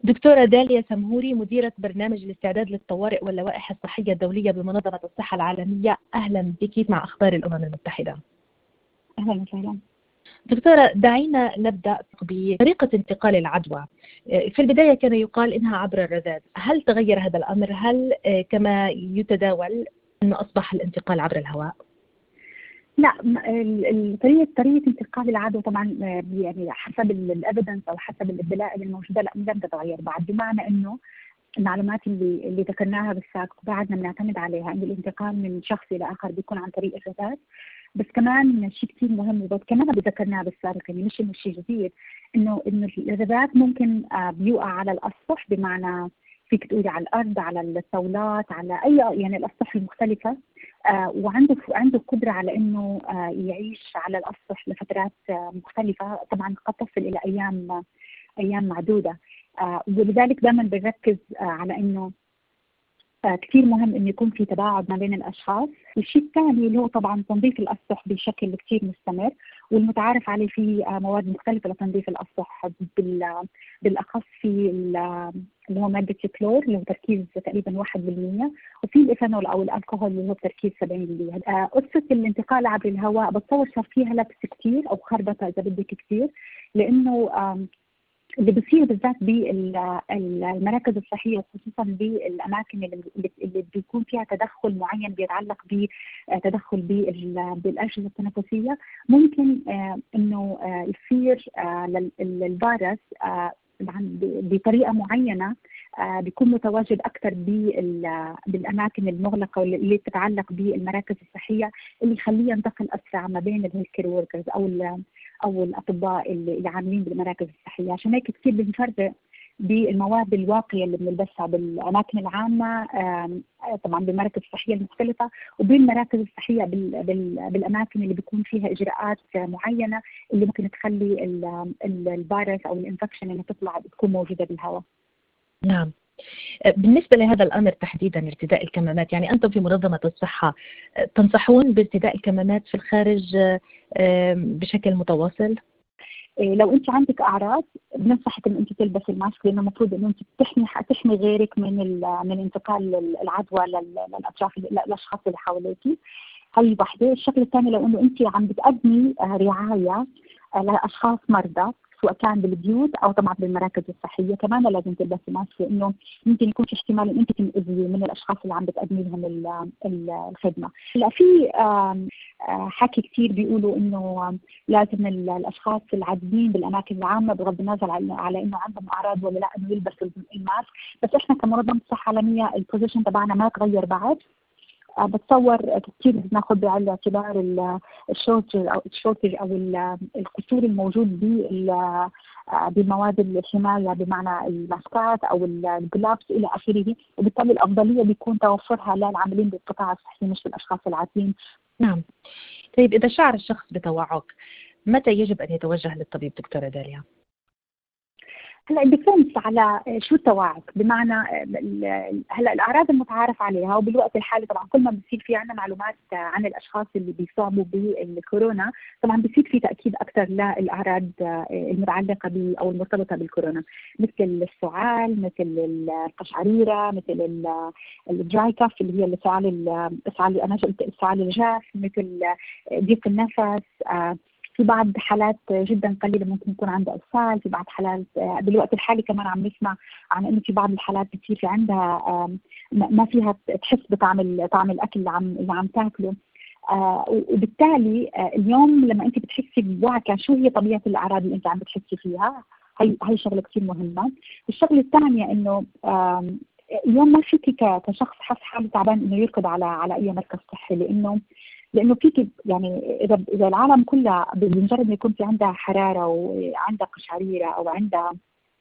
دكتورة داليا سمهوري، مديرة برنامج الاستعداد للطوارئ واللوائح الصحية الدولية بمنظمة الصحة العالمية، أهلا بك مع أخبار الأمم المتحدة. أهلا وسهلا. دكتورة، دعينا نبدأ بطريقة انتقال العدوى. في البداية كان يقال إنها عبر الرذاذ، هل تغير هذا الأمر؟ هل كما يتداول أنه أصبح الانتقال عبر الهواء؟ لا، طريقة انتقال العدوى طبعا يعني حسب الأفيدنس أو حسب الدلائل الموجودة لم تتغير بعد، بمعنى إنه المعلومات اللي ذكرناها بالسابق بعدنا بنعتمد عليها، إن الانتقال من شخص إلى آخر بيكون عن طريق الرذاذ. بس كمان شيء كثير مهم كمان ذكرناه بالسابق، يعني مش إنه شيء جديد، إنه الرذاذ ممكن بيوقع على الأسطح، بمعنى فيك تقولي على الأرض، على الطاولات، على أي يعني الأسطح المختلفة. وعنده قدرة على إنه يعيش على الأسطح لفترات مختلفة، طبعا قد تصل إلى أيام معدودة. ولذلك دائما بنركز على إنه كثير مهم إنه يكون في تباعد ما بين الأشخاص. والشيء الثاني اللي هو طبعا تنظيف الأسطح بشكل كثير مستمر، والمتعارف عليه في مواد مختلفة لتنظيف الأسطح، بالأخص في اللي هو مادة الكلور اللي هو تركيز تقريبا 1%، وفي الإيثانول أو الألكوهول اللي هو تركيز 70%. قصة الانتقال عبر الهواء بتصور صار فيها لبس كثير أو خربطة إذا بدك كثير، لأنه اللي بيصير بالذات بالمراكز الصحية، وخصوصا بالأماكن اللي بيكون فيها تدخل معين بيتعلق بتدخل بالأجهزة التنفسية، ممكن إنه يصير للفيروس بطريقة معينة بيكون متواجد أكثر بالأماكن المغلقة اللي تتعلق بالمراكز الصحية، اللي يخليه ينتقل أسرع ما بين الهيلث وركرز أو الأطباء اللي عاملين بالمراكز الصحية. عشان هيك كثير بنفرق بالمواد الواقية اللي بنلبسها بالأماكن العامة، طبعا بالمراكز الصحية المختلفة، وبالمراكز الصحية بالأماكن اللي بيكون فيها إجراءات معينة اللي ممكن تخلي الفيروس أو الانفكشن اللي تطلع تكون موجودة بالهواء. نعم. بالنسبة لهذا الأمر تحديدا ارتداء الكمامات، يعني أنتم في منظمة الصحة تنصحون بارتداء الكمامات في الخارج بشكل متواصل؟ لو انت عندك اعراض بننصحك ان انت تلبسي الماسك، لانه المفروض انه انت تحمي غيرك من انتقال العدوى للاشخاص اللي حواليكي. هي وحده. الشكل الثاني، لو انه انت عم بتقدمي رعايه لاشخاص مرضى، سواء كان بالبيوت او طبعا بالمراكز الصحيه، كمان لازم تلبسي ماسك، لانه ممكن يكون في احتمال ان انت تنأذي من الاشخاص اللي عم بتقدمي لهم الخدمه. هلا في حكي كثير بيقولوا انه لازم الاشخاص العاديين بالاماكن العامه بغض النظر على انه عندهم اعراض ولا لا انه يلبسوا الماسك، بس احنا كمنظمه الصحه العالميه البوزيشن تبعنا ما تغير بعد. بتصور كثير بناخذ بعين الاعتبار الشورتج او القصور الموجود بمواد الحمايه، بمعنى الماسكات او الجلافز الى اخره، وبالتالي الافضليه بيكون توفرها للعاملين بالقطاع الصحي مش للاشخاص العاديين. نعم. طيب، اذا شعر الشخص بتوعك متى يجب ان يتوجه للطبيب دكتورة داليا؟ هلا ديبيندز على شو التوعك، بمعنى هلا الاعراض المتعارف عليها، وبالوقت الحالي طبعا كل ما بصير في عندنا معلومات عن الاشخاص اللي بيصابوا بالكورونا، طبعا بصير في تاكيد اكثر للاعراض المتعلقه او المرتبطه بالكورونا، مثل السعال، مثل القشعريره، مثل الدراي كاف اللي هي السعال انا قلت السعال الجاف، مثل ضيق النفس. في بعض حالات جدا قليله ممكن يكون عندها اسهال، في بعض حالات بالوقت الحالي كمان عم نسمع عن انه في بعض الحالات بتصير في عندها ما فيها تحس طعم الاكل اللي عم تاكله. وبالتالي اليوم لما انت بتحسي بوعكه شو هي طبيعه الاعراض اللي انت عم بتحسي فيها، هي شغله كثير مهمه. الشغله الثانيه انه اليوم ما فيك كشخص حس حاله تعبان انه يركض على اي مركز صحي، لانه فيك يعني اذا العالم كلها بمجرد ما يكون في عندها حراره وعندها قشعريره او عندها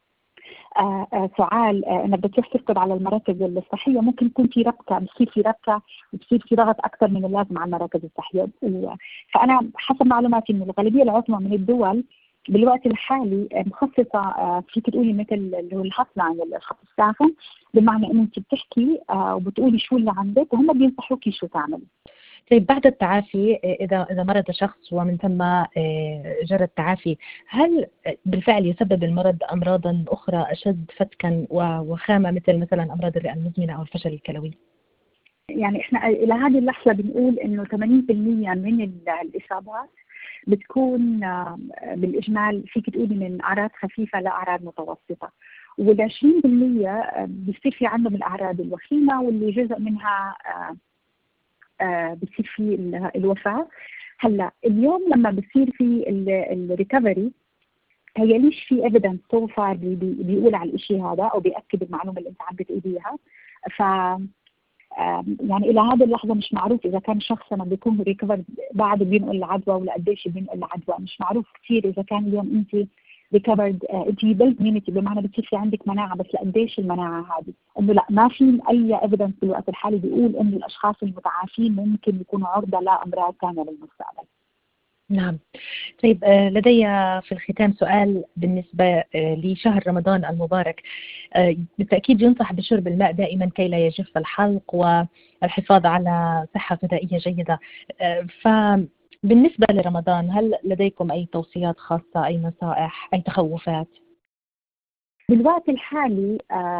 سعال انها بدها تروح تركض على المراكز الصحيه، ممكن يكون في ربكه، بصير في ربكه وبصير في ضغط اكثر من اللازم على المراكز الصحيه. فانا حسب معلوماتي انه الغالبيه العظمى من الدول بالوقت الحالي مخصصه فيك تقولي مثل اللي هو الهوت لاين، الخط الساخن، بمعنى انه انت بتحكي وبتقولي شو اللي عندك وهم بينصحوكي شو تعمل. طيب بعد التعافي إذا مرض شخص ومن ثم جرى التعافي، هل بالفعل يسبب المرض أمراضا أخرى أشد فتكا وخامة مثلا أمراض الرئة المزمنة أو الفشل الكلوي؟ يعني احنا الى هذه اللحظه بنقول انه 80% من الاصابات بتكون بالاجمال فيك تقولي من اعراض خفيفه لاعراض متوسطه، وال20% بيصير في عندهم الاعراض الوخيمه واللي جزء منها بتصير في الوفاه. هلا اليوم لما بصير في الريكفري، هي ليش في ايفيدنس سو فار بيقول على الشيء هذا او بياكد المعلومه اللي انت عم بتقوليها. ف يعني الى هذه اللحظه مش معروف اذا كان شخص لما بيكون ريكفر بعده بينقل العدوى ولا قديش بينقل العدوى، مش معروف كثير اذا كان اليوم انت ريكفرد انت بيلد ميونيتي، بمعنى بتصير في عندك مناعه، بس لقديش المناعه هذه؟ انه لا، ما في اي ايفيدنس بالوقت الحالي بيقول انه الاشخاص المتعافين ممكن يكونوا عرضه لامراض ثانيه بالمستقبل. نعم. طيب لدي في الختام سؤال بالنسبة لشهر رمضان المبارك. بالتأكيد ينصح بشرب الماء دائما كي لا يجف الحلق والحفاظ على صحة غذائية جيدة. فبالنسبة لرمضان، هل لديكم أي توصيات خاصة، أي نصائح، أي تخوفات؟ بالوقت الحالي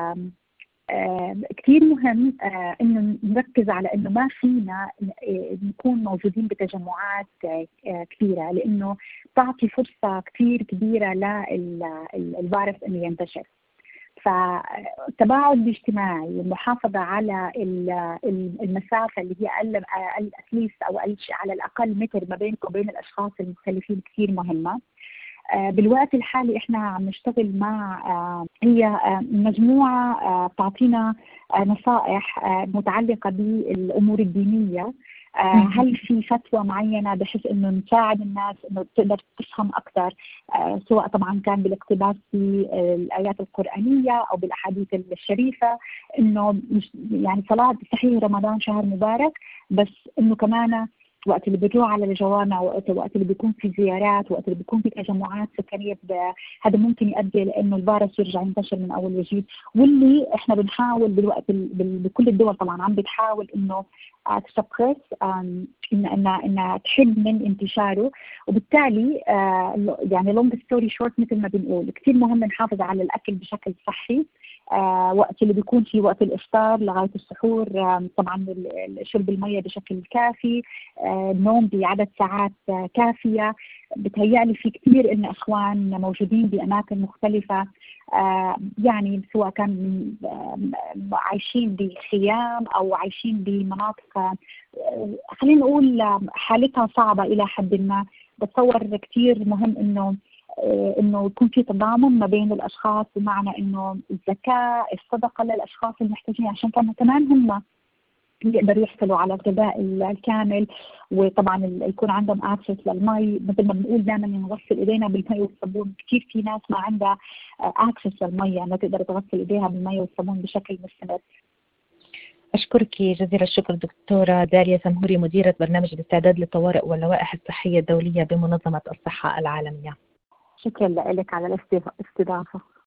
كثير مهم انه نركز على انه ما فينا نكون موجودين بتجمعات كثيره، لانه تعطي فرصه كثير كبيره للفيروس انه ينتشر. فالتباعد الاجتماعي والمحافظه على المسافه اللي هي اقل اتليست او على الاقل متر ما بينك وبين الاشخاص المختلفين كثير مهمه. بالوقت الحالي احنا عم نشتغل مع هي مجموعه بتعطينا نصائح متعلقه بالامور الدينيه. هل في فتوى معينه بحيث انه نساعد الناس انه تقدر تفهم اكثر، سواء طبعا كان بالاقتباس في الايات القرانيه او بالاحاديث الشريفه، انه يعني صلاه صحيح رمضان شهر مبارك، بس انه كمان وقت اللي بتروح على الجوامع، وقت اللي بيكون في زيارات، وقت اللي بيكون في تجمعات سكريه، هذا ممكن يؤدي لانه الفيروس يرجع ينتشر من اول وجديد. واللي احنا بنحاول بالوقت بكل الدول طبعا عم بتحاول انه تسبرس انها تحد من انتشاره. وبالتالي يعني لونج ستوري شورت مثل ما بنقول، كثير مهم نحافظ على الاكل بشكل صحي. وقت اللي بيكون في وقت الافطار لغايه السحور طبعا شرب الميه بشكل كافي، النوم بعدد ساعات كافيه. بتهيألي في كثير إن اخوان موجودين باماكن مختلفه، يعني سواء كان عايشين بخيام او عايشين بمناطق خلينا نقول حالتها صعبه الى حد ما. بتصور كثير مهم انه يكون في تضامن ما بين الاشخاص، بمعنى انه الزكاه، الصدقه للاشخاص المحتاجين عشان كمان هم يقدروا يحصلوا على الغذاء الكامل، وطبعا يكون عندهم اكسس للمي. مثل ما بنقول دائما نغسل ايدينا بالمي والصابون، كثير في ناس ما عندها اكسس للمي انها تقدر تغسل ايديها بالمي والصابون بشكل مستمر. أشكرك جزيل الشكر دكتورة داليا سمهوري، مديرة برنامج الاستعداد للطوارئ واللوائح الصحية الدولية بمنظمة الصحة العالمية. شكرا لك على الاستضافة.